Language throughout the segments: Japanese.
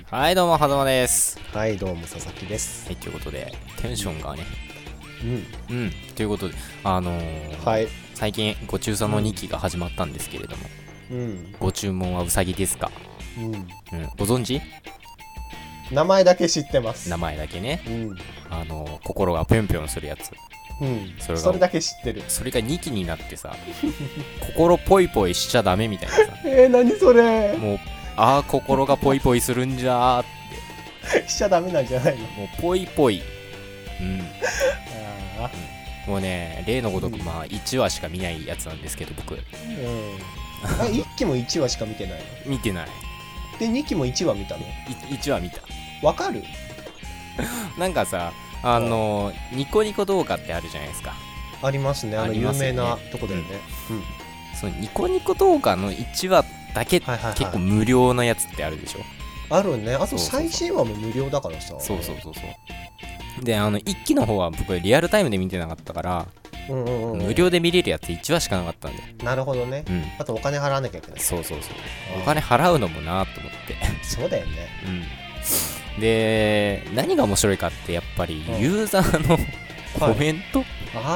はい、どうも、はざまです。 はい、どうも佐々木です。 はい、ということで、テンションがね、ということで、 はい。 最近、ご中佐の2期が始まったんですけれども、ご注文はうさぎですか？ご存知？ 名前だけ知ってます。 名前だけね。心がぴょんぴょんするやつ。 それだけ知ってる。 それが2期になってさ、心ポイポイしちゃダメみたいなさ。 何それ？ もう、心がポイポイするんじゃーって。しちゃダメなんじゃないの？ もうポイポイ。もうね、例のごとく、1話しか見ないやつなんですけど、僕。 1期も1話しか見てないの？ 見てない。 で、2期も1話見たの ？1話見た。 わかる？ なんかさ、ニコニコ動画ってあるじゃないですか。 ありますね、有名なとこだよね。 そのニコニコ動画の1話だけ、結構無料のやつってあるでしょ。 あるね。あと最新話も無料だからさ。 そう。で、1期の方は僕リアルタイムで見てなかったから、無料で見れるやつ1話しかなかったんで。 なるほどね。あとお金払わなきゃいけない。 そう。お金払うのもなと思って。 そうだよね。 で、何が面白いかってやっぱりユーザーのコメント、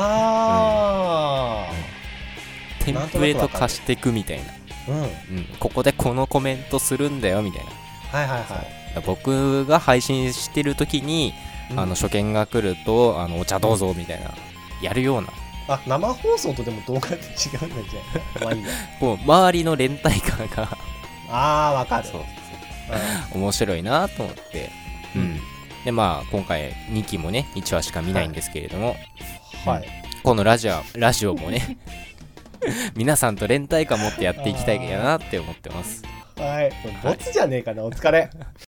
テンプレート化していくみたいな。ここでこのコメントするんだよみたいな。僕が配信してる時に初見が来るとお茶どうぞみたいなやるような。 生放送とでも動画って違うんだじゃん。 こう周りの連帯感がわかる。 面白いなと思って、で今回2期もね1話しか見ないんですけれども、このラジオもね皆さんと連帯感持ってやっていきたいなって思ってます。 ボツじゃねえかな。お疲れ。